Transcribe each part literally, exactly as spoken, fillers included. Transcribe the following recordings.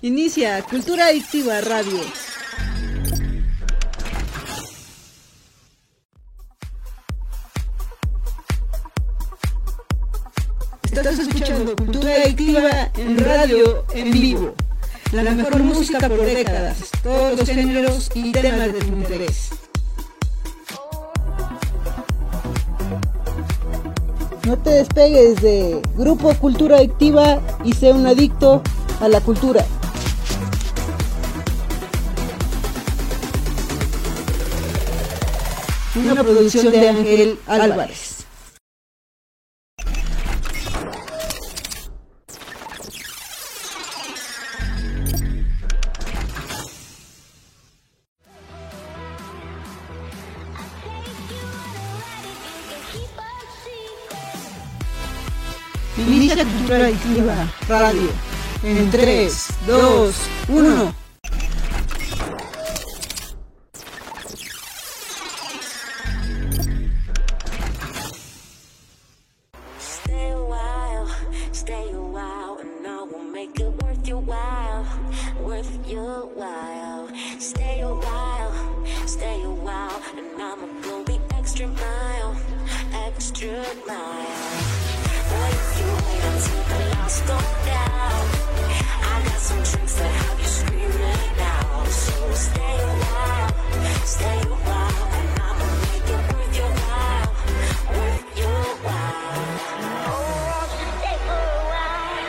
Inicia Cultura Adictiva Radio. Estás escuchando Cultura Adictiva en radio, en vivo. La mejor música por décadas, todos los géneros y temas de tu interés. No te despegues de Grupo Cultura Adictiva y sé un adicto a la cultura. Una producción de Ángel Álvarez. Inicia Cultura Adictiva Radio en tres, dos, uno. Stay a while, stay a while, and I will make it worth your while, worth your while. Stay a while, stay a while, and I'ma go the extra mile, extra mile. If you wait until the lights go down, I got some tricks that have you screaming out. So stay a while, stay a while, and I'ma make it worth your while, worth your while. Oh, stay for a while.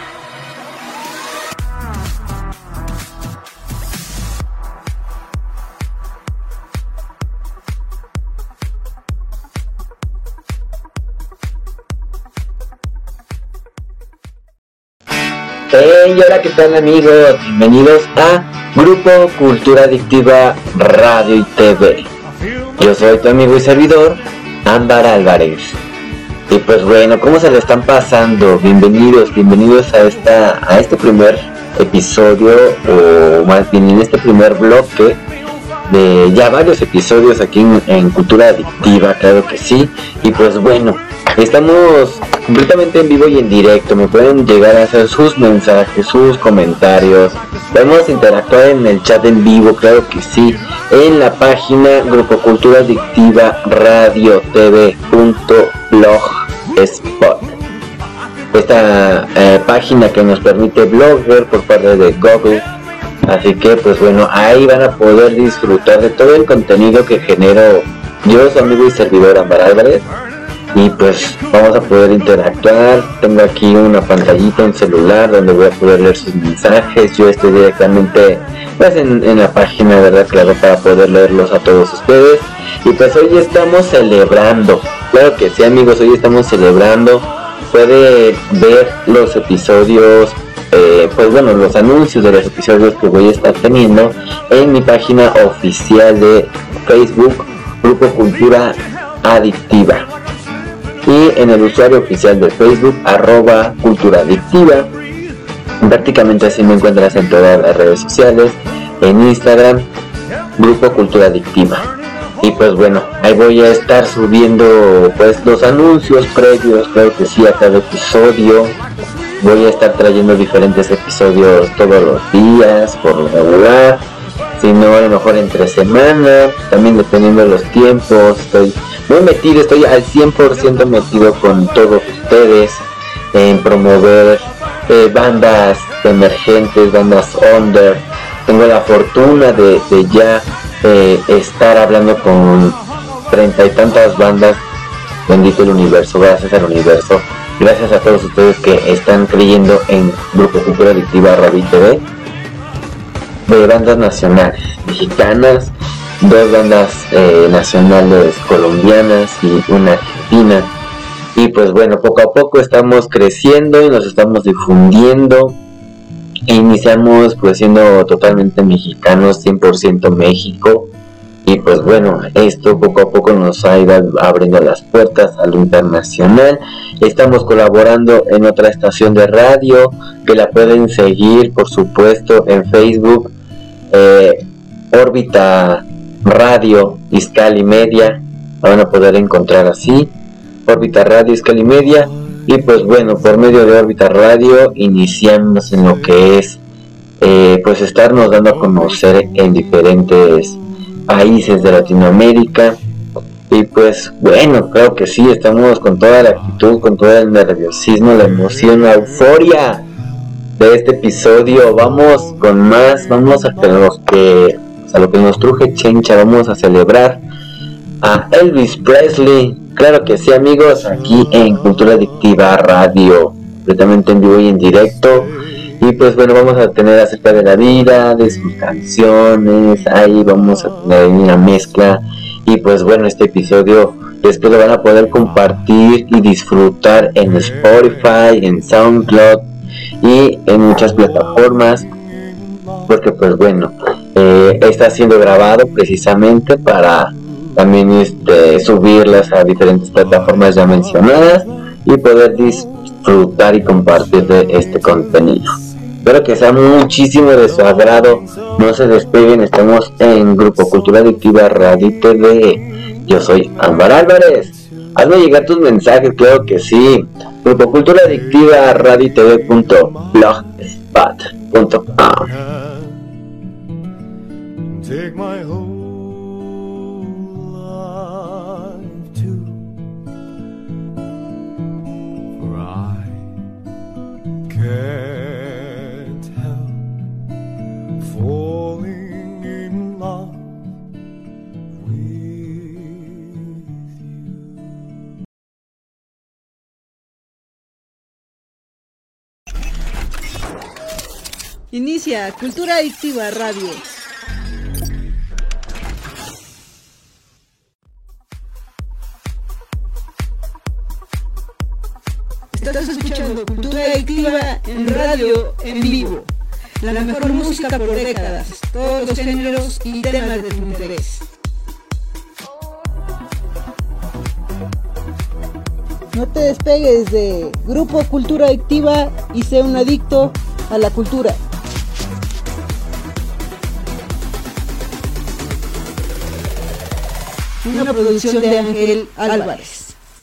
Hey, hola, ¿qué tal amigos? Bienvenidos a Grupo Cultura Adictiva Radio y T V. Yo soy tu amigo y servidor, Ámbar Álvarez. Y pues bueno, ¿cómo se le están pasando? Bienvenidos, bienvenidos a esta, a este primer episodio, o más bien en este primer bloque de ya varios episodios aquí en, en Cultura Adictiva, claro que sí. Y pues bueno, estamos completamente en vivo y en directo. Me pueden llegar a hacer sus mensajes, sus comentarios. Podemos interactuar en el chat en vivo, claro que sí, en la página Grupo Cultura Adictiva Radio T V punto blogspot. Esta eh, página que nos permite blogger por parte de Google. Así que pues bueno, ahí van a poder disfrutar de todo el contenido que genero yo, su amigo y servidor Ámbar Álvarez. Y pues vamos a poder interactuar. Tengo aquí una pantallita, un celular donde voy a poder leer sus mensajes. Yo estoy directamente pues en, en la página, ¿verdad? Claro, para poder leerlos a todos ustedes. Y pues hoy estamos celebrando, claro que sí amigos, hoy estamos celebrando. Puede ver los episodios, eh, pues bueno, los anuncios de los episodios que voy a estar teniendo en mi página oficial de Facebook, Grupo Cultura Adictiva. Y en el usuario oficial de Facebook, arroba Cultura Adictiva. Prácticamente así me encuentras en todas las redes sociales. En Instagram, Grupo Cultura Adictiva. Y pues bueno, ahí voy a estar subiendo pues los anuncios previos, creo que sí, a cada episodio. Voy a estar trayendo diferentes episodios todos los días, por lo regular. Si no, a lo mejor entre semana, también dependiendo de los tiempos. Estoy muy metido, estoy al cien por ciento metido con todos ustedes en promover eh, bandas emergentes, bandas under. Tengo la fortuna de, de ya eh, estar hablando con treinta y tantas bandas. Bendito el universo, gracias al universo. Gracias a todos ustedes que están creyendo en Grupo Cultura Adictiva Radio y T V. De bandas nacionales mexicanas, dos bandas eh, nacionales colombianas y una argentina. Y pues bueno, poco a poco estamos creciendo y nos estamos difundiendo. Iniciamos pues siendo totalmente mexicanos, cien por ciento México. Y pues bueno, esto poco a poco nos ha ido abriendo las puertas a lo internacional. Estamos colaborando en otra estación de radio que la pueden seguir, por supuesto, en Facebook, eh, Órbita Radio Izcali Media. La van a poder encontrar así, Órbita Radio Izcali Media. Y pues bueno, por medio de Órbita Radio iniciamos en lo que es eh, pues estarnos dando a conocer en diferentes países de Latinoamérica. Y pues bueno, creo que sí, estamos con toda la actitud, con todo el nerviosismo, la emoción, la euforia de este episodio. Vamos con más, vamos a los que, a lo que nos truje Chencha, vamos a celebrar a Elvis Presley. Claro que sí, amigos, aquí en Cultura Adictiva Radio, completamente en vivo y en directo. Y pues bueno, vamos a tener acerca de la vida, de sus canciones, ahí vamos a tener una mezcla. Y pues bueno, este episodio después lo van a poder compartir y disfrutar en Spotify, en SoundCloud y en muchas plataformas, porque pues bueno, eh, está siendo grabado precisamente para también este, subirlas a diferentes plataformas ya mencionadas y poder disfrutar y compartir de este contenido. Espero que sea muchísimo de su agrado. No se despeguen, estamos en Grupo Cultura Adictiva Radio y T V. Yo soy Ámbar Álvarez. Hazme llegar tus mensajes, claro que sí. Grupo Cultura Adictiva Radio y T V punto blogspot punto com. Take my whole life too, for I can't help falling in love with you. Inicia Cultura Adictiva Radio. Estás escuchando Cultura Adictiva en radio en vivo. La mejor música por décadas, todos los géneros y temas de tu interés. No te despegues de Grupo Cultura Adictiva y sé un adicto a la cultura. Una producción de Ángel Álvarez.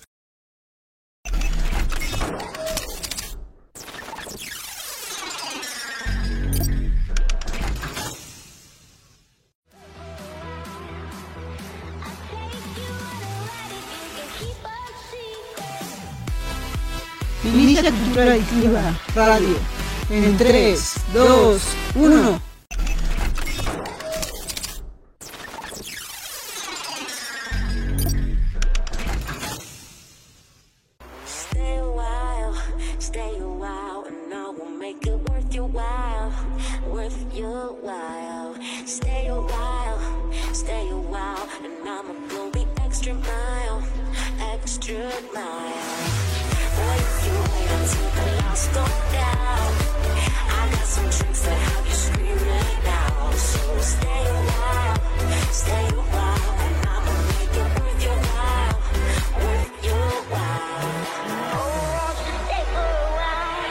Inicia Cultura Adictiva Radio en tres, dos, uno. Stay a while, stay a while, and I will make it worth your while, worth your while. Stay a while, stay a while, and I'ma go the extra mile, extra mile. Boy, if you wait until the lights go down, I got some tricks that have you screaming now. So stay a while, stay a while, and I'ma make it worth your while, worth your while. Oh, stay for a while.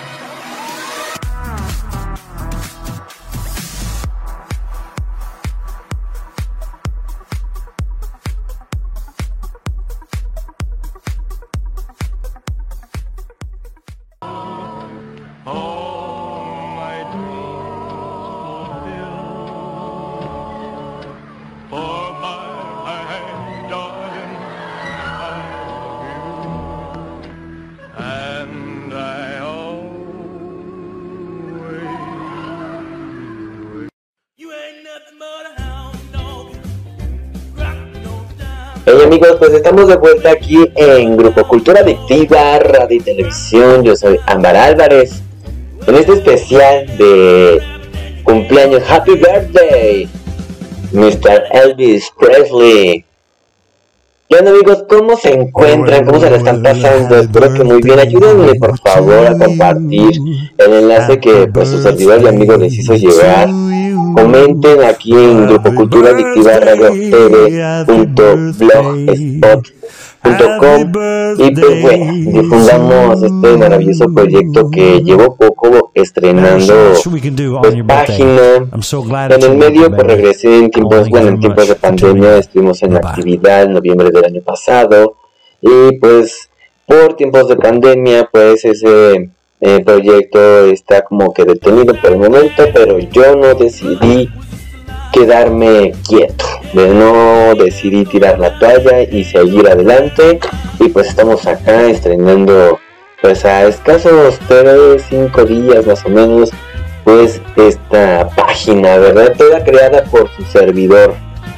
Hey amigos, pues estamos de vuelta aquí en Grupo Cultura Adictiva Radio y Televisión. Yo soy Ámbar Álvarez en este especial de cumpleaños. Happy Birthday, mister Elvis Presley. ¿Qué onda amigos? ¿Cómo se encuentran? ¿Cómo se la están pasando? Espero que muy bien. Ayúdenme por favor a compartir el enlace que pues su servidor y amigo les hizo llegar. Comenten aquí en Grupo Cultura Adictiva Radio T V punto blogspot punto com y pues bueno, difundamos este maravilloso proyecto que llevo poco estrenando pues página. En el medio pues regresé en tiempos, bueno, en tiempos de pandemia, estuvimos en actividad en noviembre del año pasado y pues por tiempos de pandemia pues ese El proyecto está como que detenido por el momento, pero yo no decidí quedarme quieto, de no decidí tirar la toalla y seguir adelante. Y pues estamos acá estrenando pues a escasos tres, cinco días más o menos, pues esta página, ¿verdad? Toda creada por su servidor,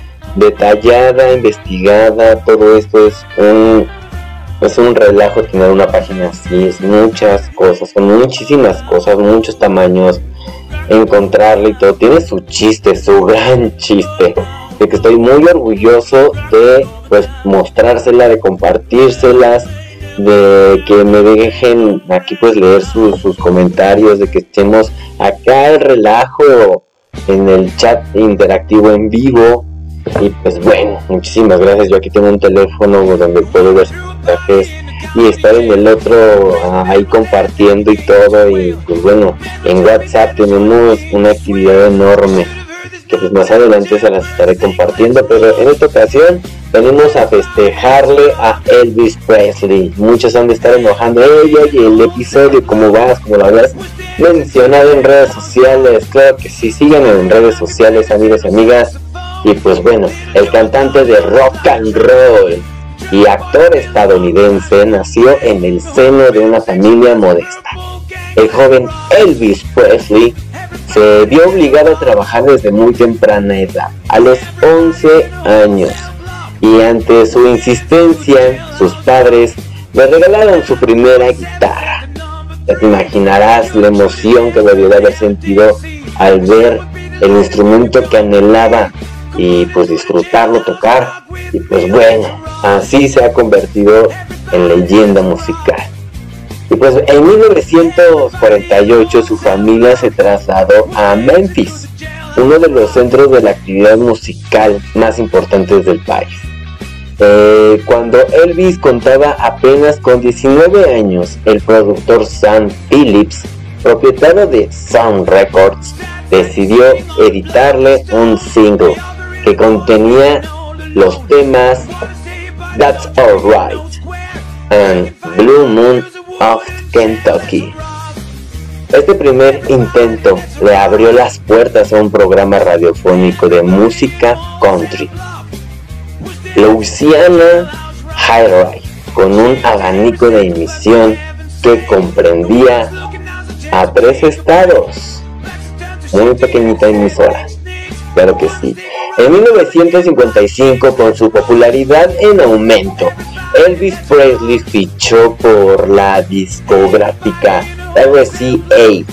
detallada, investigada. Todo esto es un es un relajo tener una página así, es muchas cosas, son muchísimas cosas, muchos tamaños, encontrarla y todo, tiene su chiste, su gran chiste, de que estoy muy orgulloso de pues mostrársela, de compartírselas, de que me dejen aquí pues leer sus, sus comentarios, de que estemos acá el relajo en el chat interactivo en vivo. Y pues bueno, muchísimas gracias. Yo aquí tengo un teléfono donde puedo ver sus mensajes y estar en el otro uh, ahí compartiendo y todo. Y pues bueno, en WhatsApp tenemos una actividad enorme que pues más adelante se las estaré compartiendo, pero en esta ocasión venimos a festejarle a Elvis Presley. Muchos han de estar enojando, oye, oye, el episodio, ¿cómo vas? ¿Cómo lo habías mencionado en redes sociales? Claro que sí, síganme en redes sociales, amigos y amigas. Y pues bueno, el cantante de rock and roll y actor estadounidense nació en el seno de una familia modesta. El joven Elvis Presley se vio obligado a trabajar desde muy temprana edad, a los once años, y ante su insistencia, sus padres le regalaron su primera guitarra. Ya te imaginarás la emoción que debió de haber sentido al ver el instrumento que anhelaba y pues disfrutarlo tocar. Y pues bueno, así se ha convertido en leyenda musical. Y pues en mil novecientos cuarenta y ocho su familia se trasladó a Memphis, uno de los centros de la actividad musical más importantes del país. Eh, cuando Elvis contaba apenas con diecinueve años, el productor Sam Phillips, propietario de Sun Records, decidió editarle un single que contenía los temas That's Alright and Blue Moon of Kentucky. Este primer intento le abrió las puertas a un programa radiofónico de música country, Louisiana Highlight, con un abanico de emisión que comprendía a tres estados. Muy pequeñita emisora, claro que sí. En mil novecientos cincuenta y cinco, con su popularidad en aumento, Elvis Presley fichó por la discográfica R C A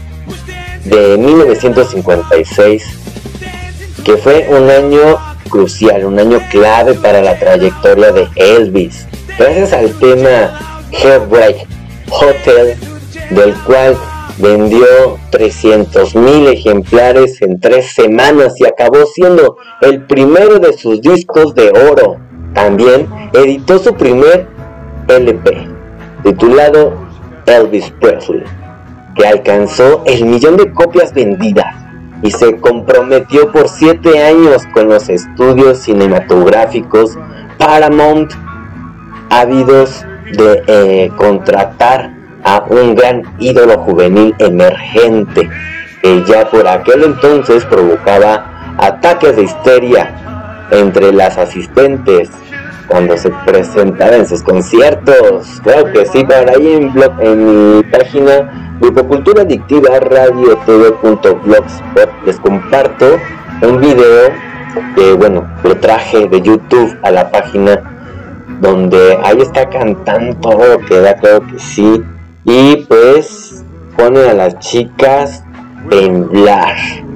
de mil novecientos cincuenta y seis, que fue un año crucial, un año clave para la trayectoria de Elvis, gracias al tema Heartbreak Hotel, del cual vendió trescientos mil ejemplares en tres semanas y acabó siendo el primero de sus discos de oro. También editó su primer L P, titulado Elvis Presley, que alcanzó el millón de copias vendidas, y se comprometió por siete años con los estudios cinematográficos Paramount, ávidos de eh, contratar a un gran ídolo juvenil emergente que ya por aquel entonces provocaba ataques de histeria entre las asistentes cuando se presentaba en sus conciertos. Claro que sí, para ahí en, blog, en mi página Grupo Cultura Adictiva Radio T V punto blogspot les comparto un video que bueno, lo traje de YouTube a la página, donde ahí está cantando todo lo que da, claro que sí. Y pues pone a las chicas temblar,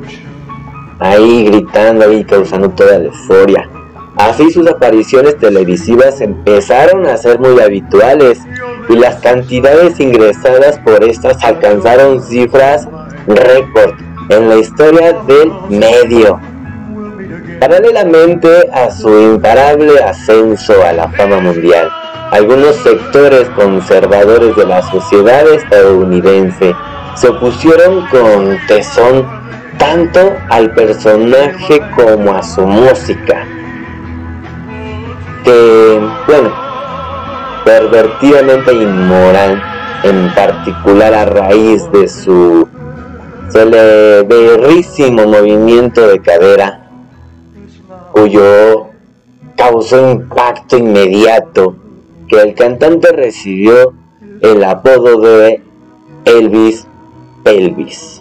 ahí gritando, ahí causando toda la euforia. Así sus apariciones televisivas empezaron a ser muy habituales y las cantidades ingresadas por estas alcanzaron cifras récord en la historia del medio. Paralelamente a su imparable ascenso a la fama mundial, algunos sectores conservadores de la sociedad estadounidense se opusieron con tesón tanto al personaje como a su música, que, bueno, pervertidamente inmoral, en particular a raíz de su celeberrísimo movimiento de cadera, cuyo causó impacto inmediato, que el cantante recibió el apodo de Elvis Pelvis.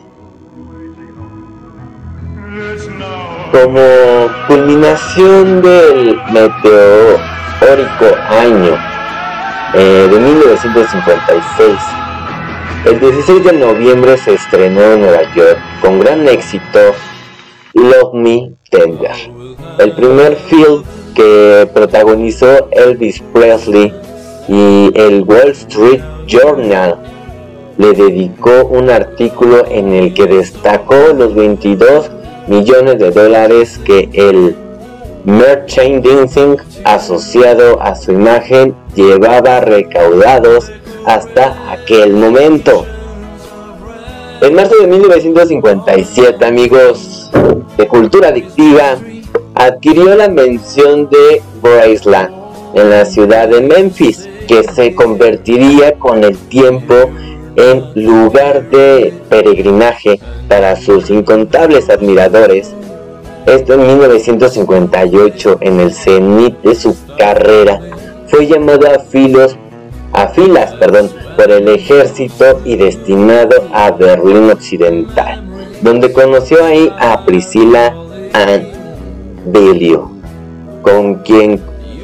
Como culminación del meteórico año eh, de mil novecientos cincuenta y seis, el dieciséis de noviembre se estrenó en Nueva York con gran éxito Love Me Tender, el primer film que protagonizó Elvis Presley, y el Wall Street Journal le dedicó un artículo en el que destacó los veintidós millones de dólares que el merchandising asociado a su imagen llevaba recaudados hasta aquel momento. En marzo de mil novecientos cincuenta y siete, amigos de Cultura Adictiva, adquirió la mansión de Graceland en la ciudad de Memphis, que se convertiría con el tiempo en lugar de peregrinaje para sus incontables admiradores. Esto en mil novecientos cincuenta y ocho, en el cenit de su carrera, fue llamado a filos, a filas, perdón, por el ejército y destinado a Berlín Occidental, donde conoció ahí a Priscilla Ann Bellio, con quien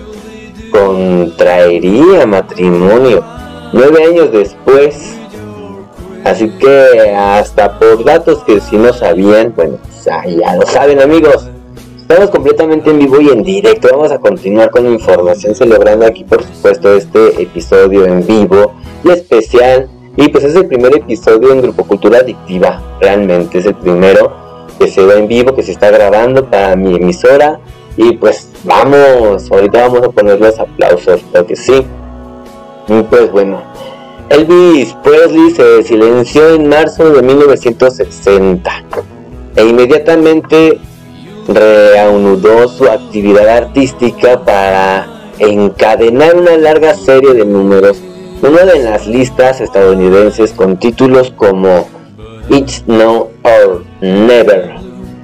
contraería matrimonio nueve años después. Así que hasta por datos que si no sabían, bueno, ya, ya lo saben, amigos. Estamos completamente en vivo y en directo. Vamos a continuar con información, celebrando aquí por supuesto este episodio en vivo y especial. Y pues es el primer episodio en Grupo Cultura Adictiva. Realmente es el primero que se va en vivo, que se está grabando para mi emisora. Y pues vamos, ahorita vamos a poner los aplausos, porque sí. Y pues bueno, Elvis Presley se silenció en marzo de mil novecientos sesenta e inmediatamente reanudó su actividad artística para encadenar una larga serie de números, uno en las listas estadounidenses con títulos como It's Now or Never,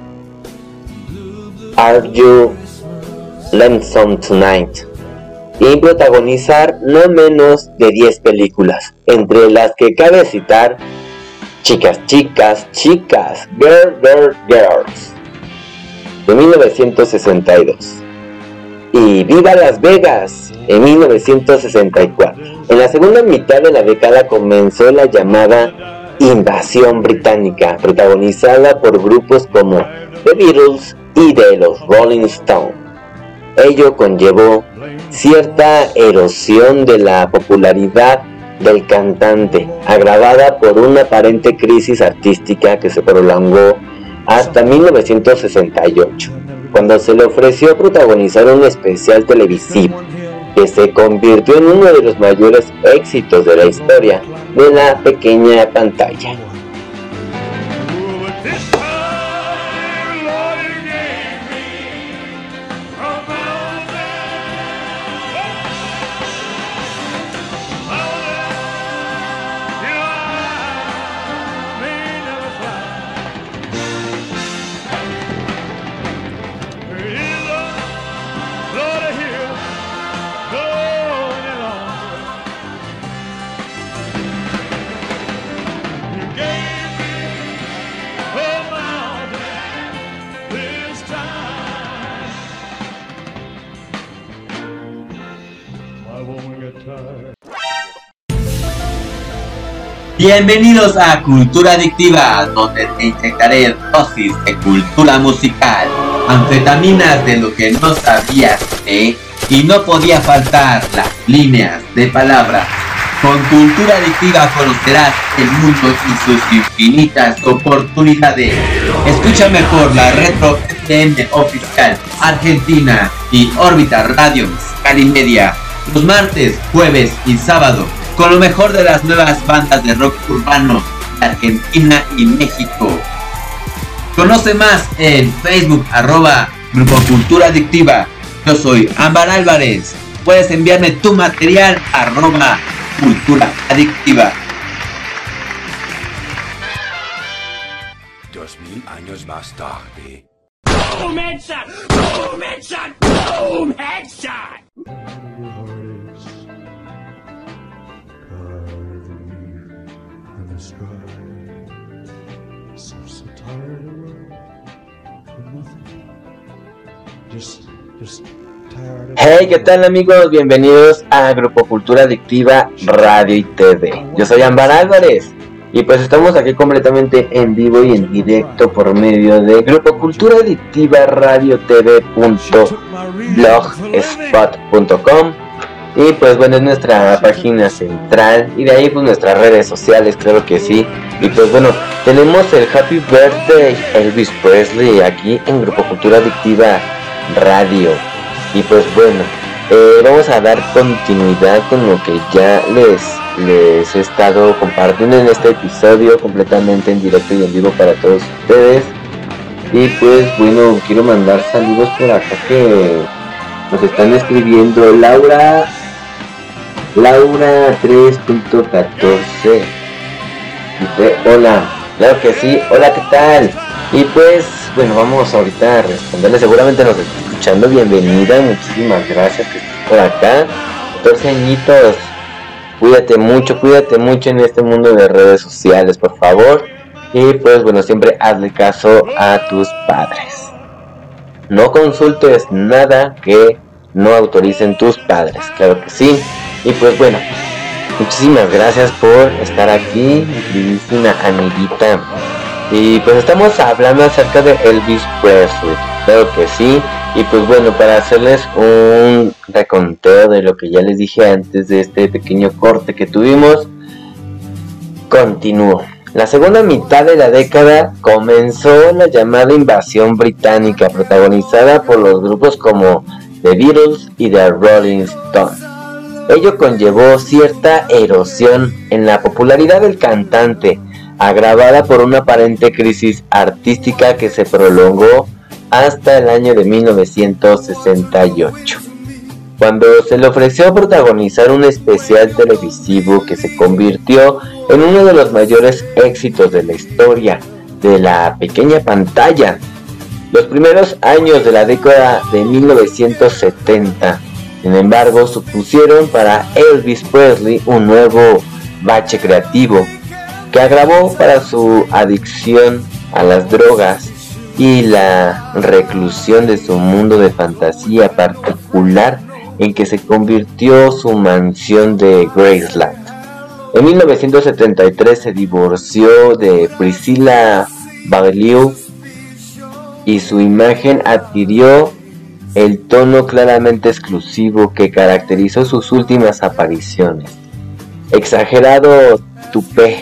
Are You Lonesome Tonight, y protagonizar no menos de diez películas, entre las que cabe citar Chicas, Chicas, Chicas, Girl, Girl, Girls, de mil novecientos sesenta y dos, y Viva Las Vegas, en mil novecientos sesenta y cuatro. En la segunda mitad de la década comenzó la llamada Invasión Británica, protagonizada por grupos como The Beatles y de los Rolling Stones. Ello conllevó cierta erosión de la popularidad del cantante, agravada por una aparente crisis artística que se prolongó hasta mil novecientos sesenta y ocho, cuando se le ofreció protagonizar un especial televisivo que se convirtió en uno de los mayores éxitos de la historia de la pequeña pantalla. Bienvenidos a Cultura Adictiva, donde te inyectaré dosis de cultura musical, anfetaminas de lo que no sabías de, y no podía faltar las líneas de palabras. Con Cultura Adictiva conocerás el mundo y sus infinitas oportunidades. Escúchame por la Retro F M Oficial Argentina y Órbita Radio Cali Media, los martes, jueves y sábado, con lo mejor de las nuevas bandas de rock urbano de Argentina y México. Conoce más en Facebook, arroba Grupo Cultura Adictiva. Yo soy Ámbar Álvarez. Puedes enviarme tu material, arroba Cultura Adictiva. Dos mil años más tarde. Boom headshot! Boom headshot! Boom headshot! Hey, ¿qué tal amigos? Bienvenidos a Grupo Cultura Adictiva Radio y T V. Yo soy Ámbar Álvarez y pues estamos aquí completamente en vivo y en directo por medio de Grupo Cultura Adictiva Radio T V punto blogspot punto com. Y pues bueno, es nuestra página central y de ahí pues nuestras redes sociales, claro que sí. Y pues bueno, tenemos el Happy Birthday Elvis Presley aquí en Grupo Cultura Adictiva Radio. Y pues bueno, eh, vamos a dar continuidad con lo que ya les, les he estado compartiendo en este episodio completamente en directo y en vivo para todos ustedes. Y pues bueno, quiero mandar saludos por acá que nos están escribiendo. Laura Laura tres punto catorce dice hola, claro que sí, hola, ¿qué tal? Y pues bueno, vamos ahorita a responderle, seguramente nos está escuchando, bienvenida, muchísimas gracias que estés por acá. catorce añitos, cuídate mucho, cuídate mucho en este mundo de redes sociales, por favor. Y pues bueno, siempre hazle caso a tus padres. No consultes nada que no autoricen tus padres, claro que sí. Y pues bueno, muchísimas gracias por estar aquí, mi queridísima amiguita. Y pues estamos hablando acerca de Elvis Presley, claro que sí. Y pues bueno, para hacerles un reconteo de lo que ya les dije antes de este pequeño corte que tuvimos, continúo. La segunda mitad de la década comenzó la llamada invasión británica, protagonizada por los grupos como The Beatles y The Rolling Stones. Ello conllevó cierta erosión en la popularidad del cantante, agravada por una aparente crisis artística que se prolongó hasta el año de mil novecientos sesenta y ocho, cuando se le ofreció protagonizar un especial televisivo que se convirtió en uno de los mayores éxitos de la historia de la pequeña pantalla. Los primeros años de la década de mil novecientos setenta, sin embargo, supusieron para Elvis Presley un nuevo bache creativo que agravó para su adicción a las drogas y la reclusión de su mundo de fantasía particular en que se convirtió su mansión de Graceland. En mil novecientos setenta y tres se divorció de Priscilla Beaulieu y su imagen adquirió el tono claramente exclusivo que caracterizó sus últimas apariciones. Exagerado tupé,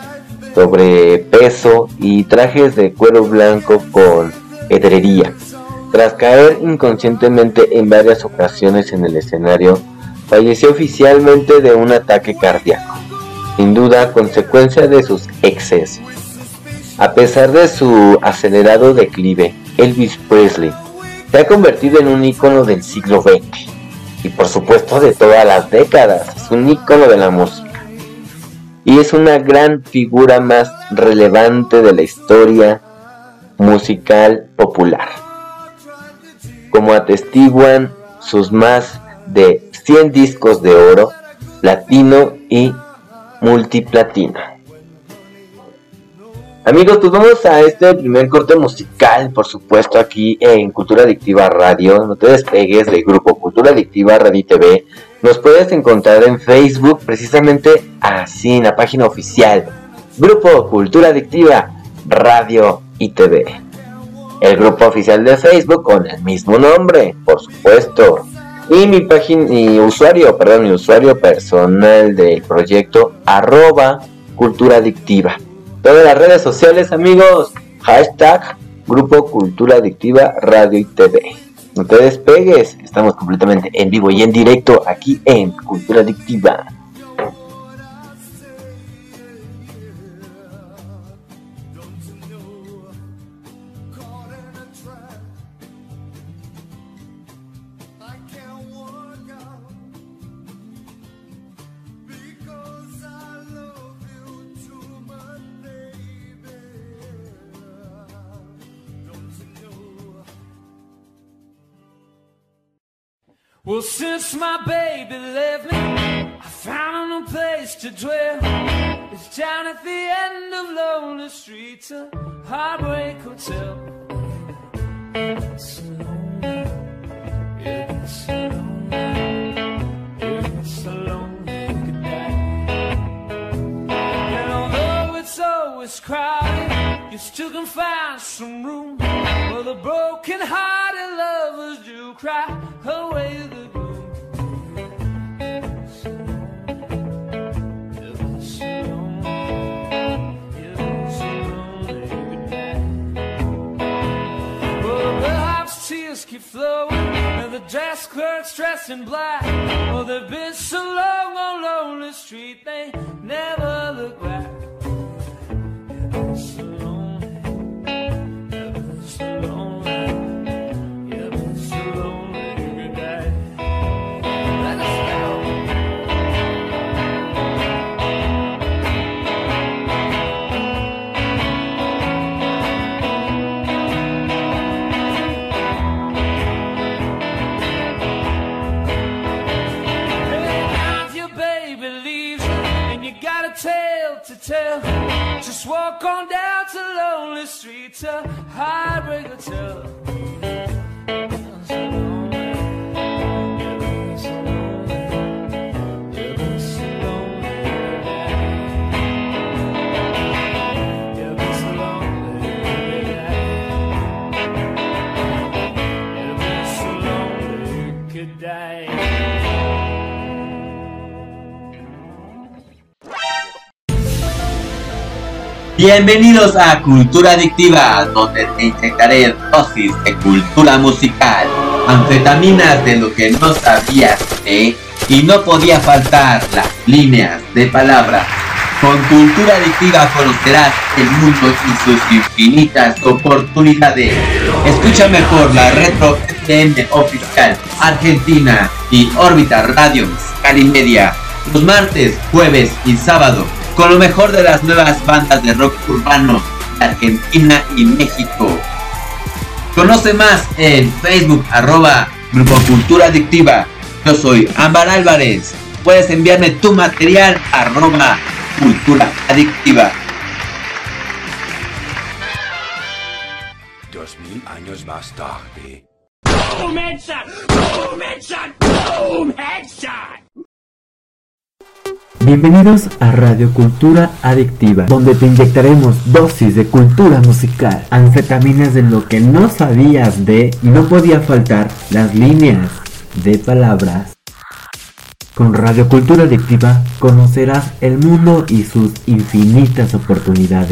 sobrepeso y trajes de cuero blanco con hedrería. Tras caer inconscientemente en varias ocasiones en el escenario, falleció oficialmente de un ataque cardíaco, sin duda consecuencia de sus excesos. A pesar de su acelerado declive, Elvis Presley se ha convertido en un ícono del siglo veinte y por supuesto de todas las décadas. Es un ícono de la música y es una gran figura más relevante de la historia musical popular, como atestiguan sus más de cien discos de oro, platino y multiplatino. Amigos, pues vamos a este primer corte musical, por supuesto, aquí en Cultura Adictiva Radio. No te despegues del Grupo Cultura Adictiva Radio y T V. Nos puedes encontrar en Facebook, precisamente así, en la página oficial, Grupo Cultura Adictiva Radio y T V. El grupo oficial de Facebook con el mismo nombre, por supuesto. Y mi página, mi usuario, perdón, mi usuario personal del proyecto, arroba Cultura Adictiva. Todas las redes sociales, amigos, hashtag Grupo Cultura Adictiva Radio y T V. No te despegues, estamos completamente en vivo y en directo aquí en Cultura Adictiva. I can't work out because Well, since my baby left me, I found a new place to dwell. It's down at the end of lonely streets, a heartbreak hotel. It's so lonely, yeah, it's so lonely, yeah, it's so lonely you could die. And although it's always crowded, you still can find some room where the broken-hearted lovers do cry away the gloom. Tears keep flowing, and the desk clerk's dressed in black. Oh, they've been so long on lonely street, they never look back. They've been so lonely, they've been so lonely, they've been so lonely, good night. Let us go. Tale to tell, just walk on down to lonely street to Heartbreak Hotel. Bienvenidos a Cultura Adictiva, donde te inyectaré dosis de cultura musical, anfetaminas de lo que no sabías de, y no podía faltar las líneas de palabras. Con Cultura Adictiva conocerás el mundo y sus infinitas oportunidades. Escúchame por la Retro F M Oficial Argentina y Órbita Radio Cali Media, los martes, jueves y sábado, con lo mejor de las nuevas bandas de rock urbano de Argentina y México. Conoce más en Facebook, arroba Grupo Cultura Adictiva. Yo soy Ámbar Álvarez. Puedes enviarme tu material, arroba Cultura Adictiva. Dos mil años más tarde. Boom headshot! Boom headshot! Boom headshot! Bienvenidos a Radio Cultura Adictiva, donde te inyectaremos dosis de cultura musical, anfetaminas de lo que no sabías de, y no podía faltar las líneas de palabras. Con Radio Cultura Adictiva conocerás el mundo y sus infinitas oportunidades.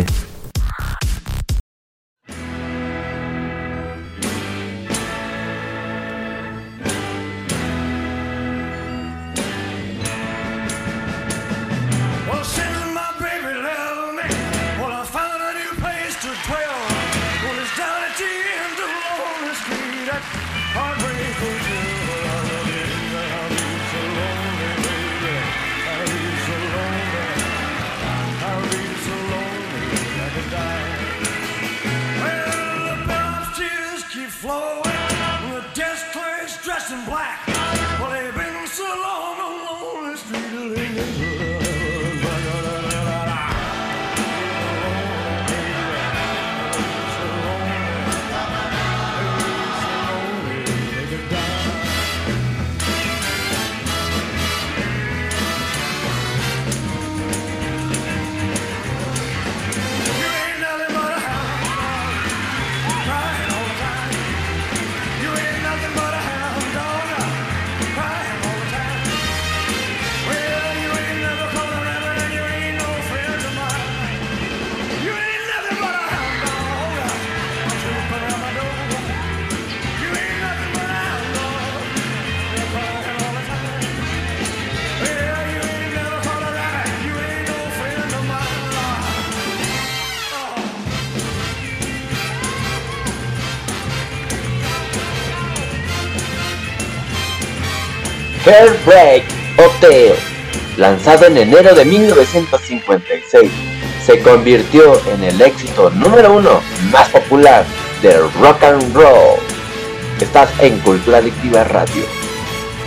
Heartbreak Hotel, lanzado en enero de mil novecientos cincuenta y seis, se convirtió en el éxito número uno más popular del rock and roll. Estás en Cultura Adictiva Radio.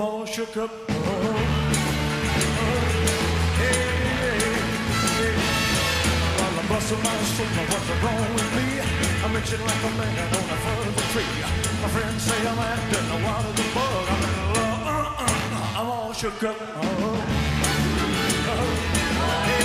all shook up. Oh, oh, hey, hey, hey. While I bustle my soul, what's wrong with me? I'm itching like a man on a further tree. My friends say I'm acting wild as a bug. I'm in love, uh, uh, uh, I'm all shook up. Oh, oh, hey,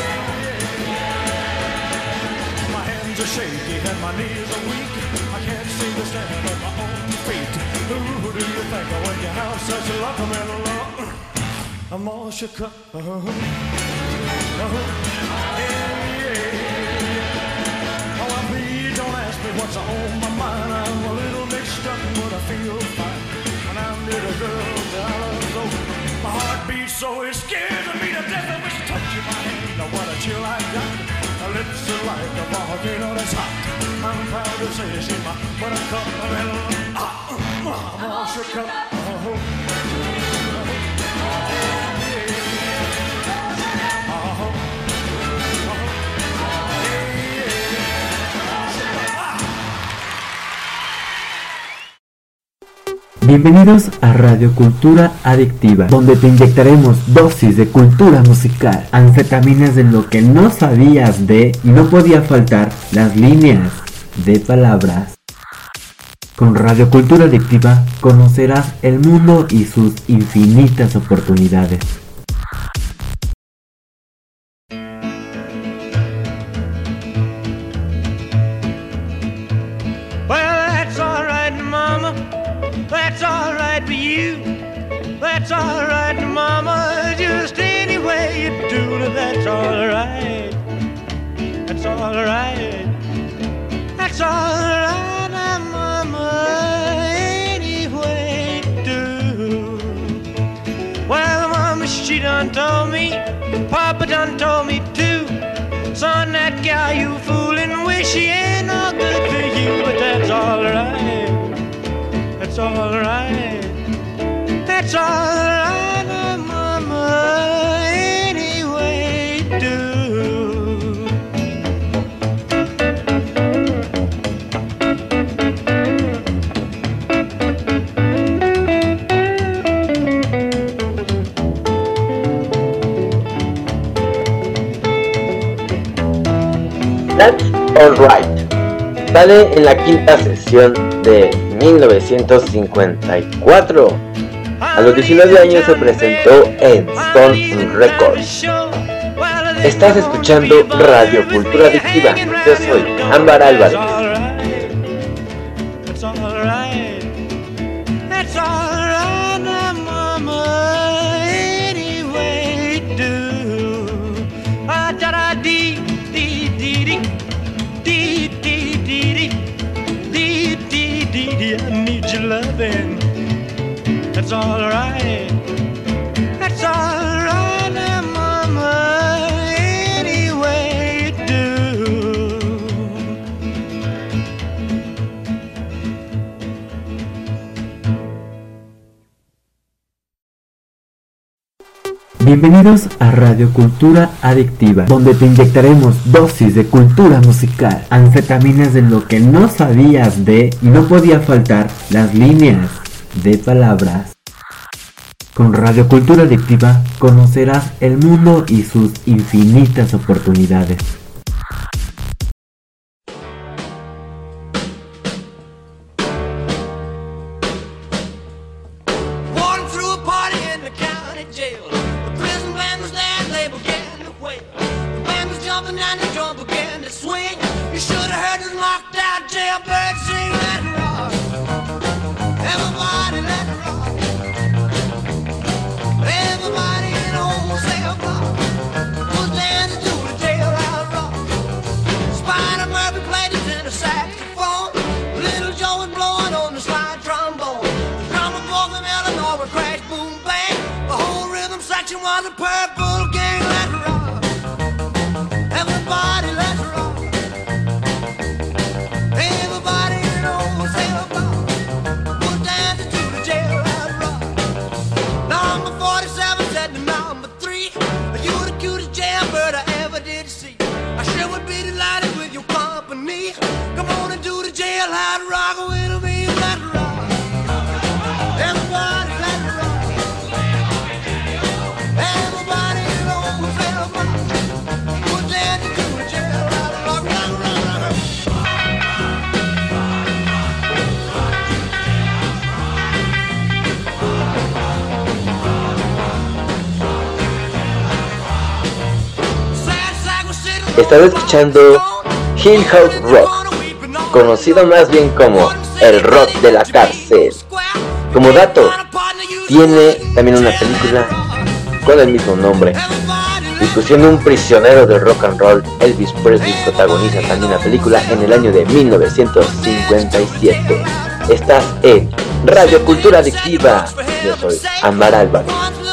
hey. My hands are shaky and my knees are weak. I can't seem to stand on my own feet. Who do you think of when you have such luck? I'm in love, I'm all shook up. Oh, oh, hey, yeah. Oh, please don't ask me what's on my mind. I'm a little mixed up, but I feel fine. When I'm near the girl that I love, oh, my heart beats so it scares me to death. I wish touching my hand. Now what a chill I got. Her lips are like a volcano that's hot. I'm proud to say she's my buttercup. I'm all shook up. Oh, oh. Bienvenidos a Radio Cultura Adictiva, donde te inyectaremos dosis de cultura musical, anfetaminas de lo que no sabías de y no podía faltar las líneas de palabras. Con Radio Cultura Adictiva conocerás el mundo y sus infinitas oportunidades. That's alright for you. That's alright, mama. Just any way you do it, that's alright. That's alright. That's alright, mama. Any way you do. Well, mama, she done told me. Papa done told me too. Son, that gal you foolin' with, she ain't no good for you, but that's alright. That's alright. That's alright, mama. Any way you do. That's alright. Sale en la quinta sesión de mil novecientos cincuenta y cuatro. A los diecinueve años se presentó en Stone Records. Estás escuchando Radio Cultura Adictiva. Yo soy Ámbar Álvarez. I need your loving. That's alright. That's alright, mama. Any way you do. Bienvenidos a Radio Cultura Adictiva, donde te inyectaremos dosis de cultura musical, anfetaminas de lo que no sabías de y no podía faltar las líneas de palabras. Con Radio Cultura Adictiva conocerás el mundo y sus infinitas oportunidades. Rock with me, let rock. Everybody, let rock. Estás escuchando Hill House Rock, conocido más bien como el rock de la cárcel. Como dato, tiene también una película con el mismo nombre. Discusión de un prisionero del rock and roll, Elvis Presley protagoniza también la película en el año de mil novecientos cincuenta y siete. Estás en Radio Cultura Adictiva. Yo soy Ámbar Álvarez.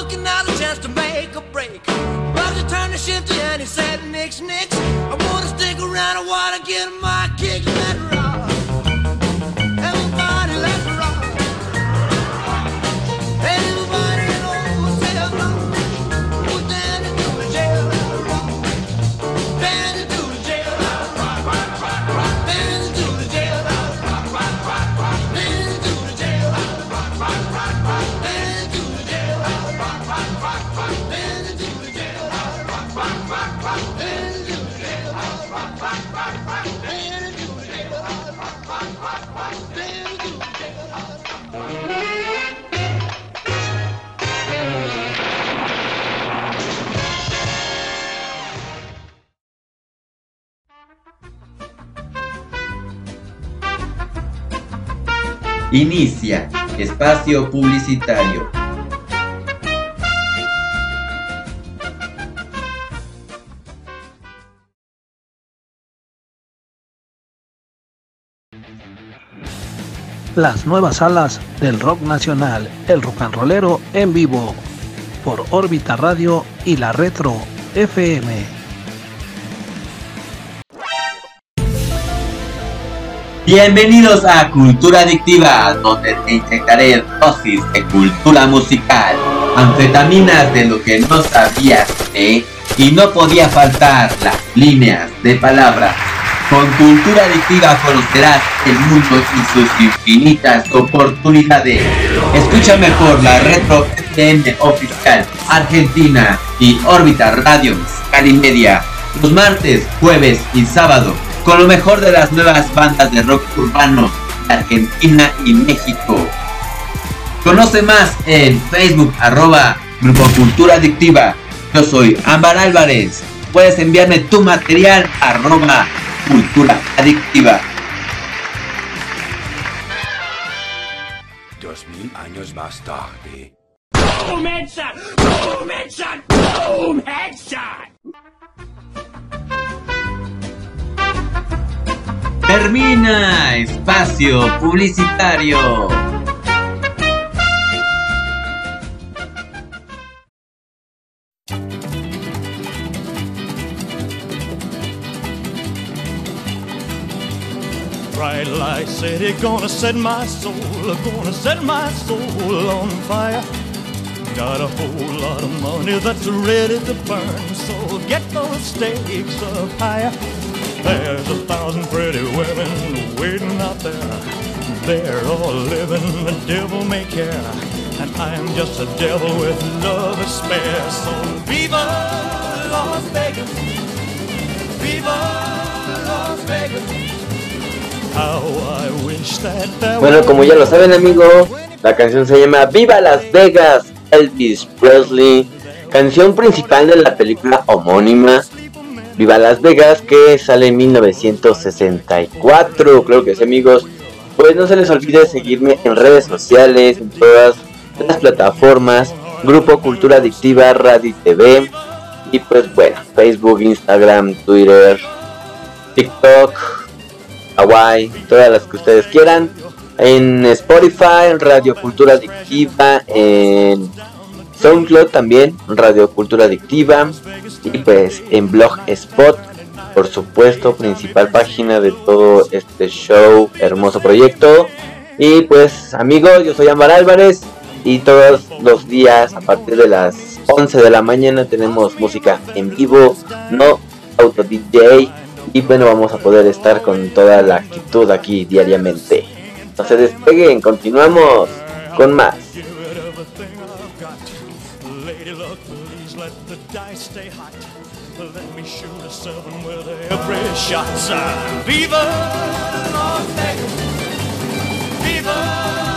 Inicia espacio publicitario. Las nuevas salas del rock nacional, el rock and rollero en vivo, por Órbita Radio y la Retro F M. Bienvenidos a Cultura Adictiva, donde te inyectaré dosis de cultura musical, anfetaminas de lo que no sabías de, y no podía faltar las líneas de palabras. Con Cultura Adictiva conocerás el mundo y sus infinitas oportunidades. Escucha mejor la Retro F M oficial Argentina y Órbita Radio Cali Media los martes, jueves y sábado, con lo mejor de las nuevas bandas de rock urbano de Argentina y México. Conoce más en Facebook, arroba Grupo Cultura Adictiva. Yo soy Ámbar Álvarez. Puedes enviarme tu material, arroba Cultura Adictiva. Dos mil años más tarde. Boom headshot! Boom headshot! Boom headshot! Termina espacio publicitario. Bright light city, gonna set my soul, gonna set my soul on fire. Got a whole lot of money that's ready to burn, so get those stakes up higher. There's a thousand pretty women waiting out there. They're all living the devil may care, and I'm just a devil with love to spare. So viva Las Vegas, viva Las Vegas. How I wish that there Bueno, como ya lo saben, amigos, la canción se llama Viva Las Vegas, Elvis Presley, canción principal de la película homónima Viva Las Vegas, que sale en mil novecientos sesenta y cuatro. Creo que sí, amigos. Pues no se les olvide seguirme en redes sociales, en todas las plataformas, Grupo Cultura Adictiva Radio y T V. Y pues bueno, Facebook, Instagram, Twitter, TikTok, Hawaii, todas las que ustedes quieran. En Spotify, Radio Cultura Adictiva. En SoundCloud también, Radio Cultura Adictiva. Y pues en Blogspot, por supuesto, principal página de todo este show, hermoso proyecto. Y pues amigos, yo soy Ámbar Álvarez, y todos los días a partir de las once de la mañana tenemos música en vivo, no auto D J. Y bueno, vamos a poder estar con toda la actitud aquí diariamente. No se despeguen, continuamos con más. Let me shoot a seven with every shot. Viva Las Vegas, viva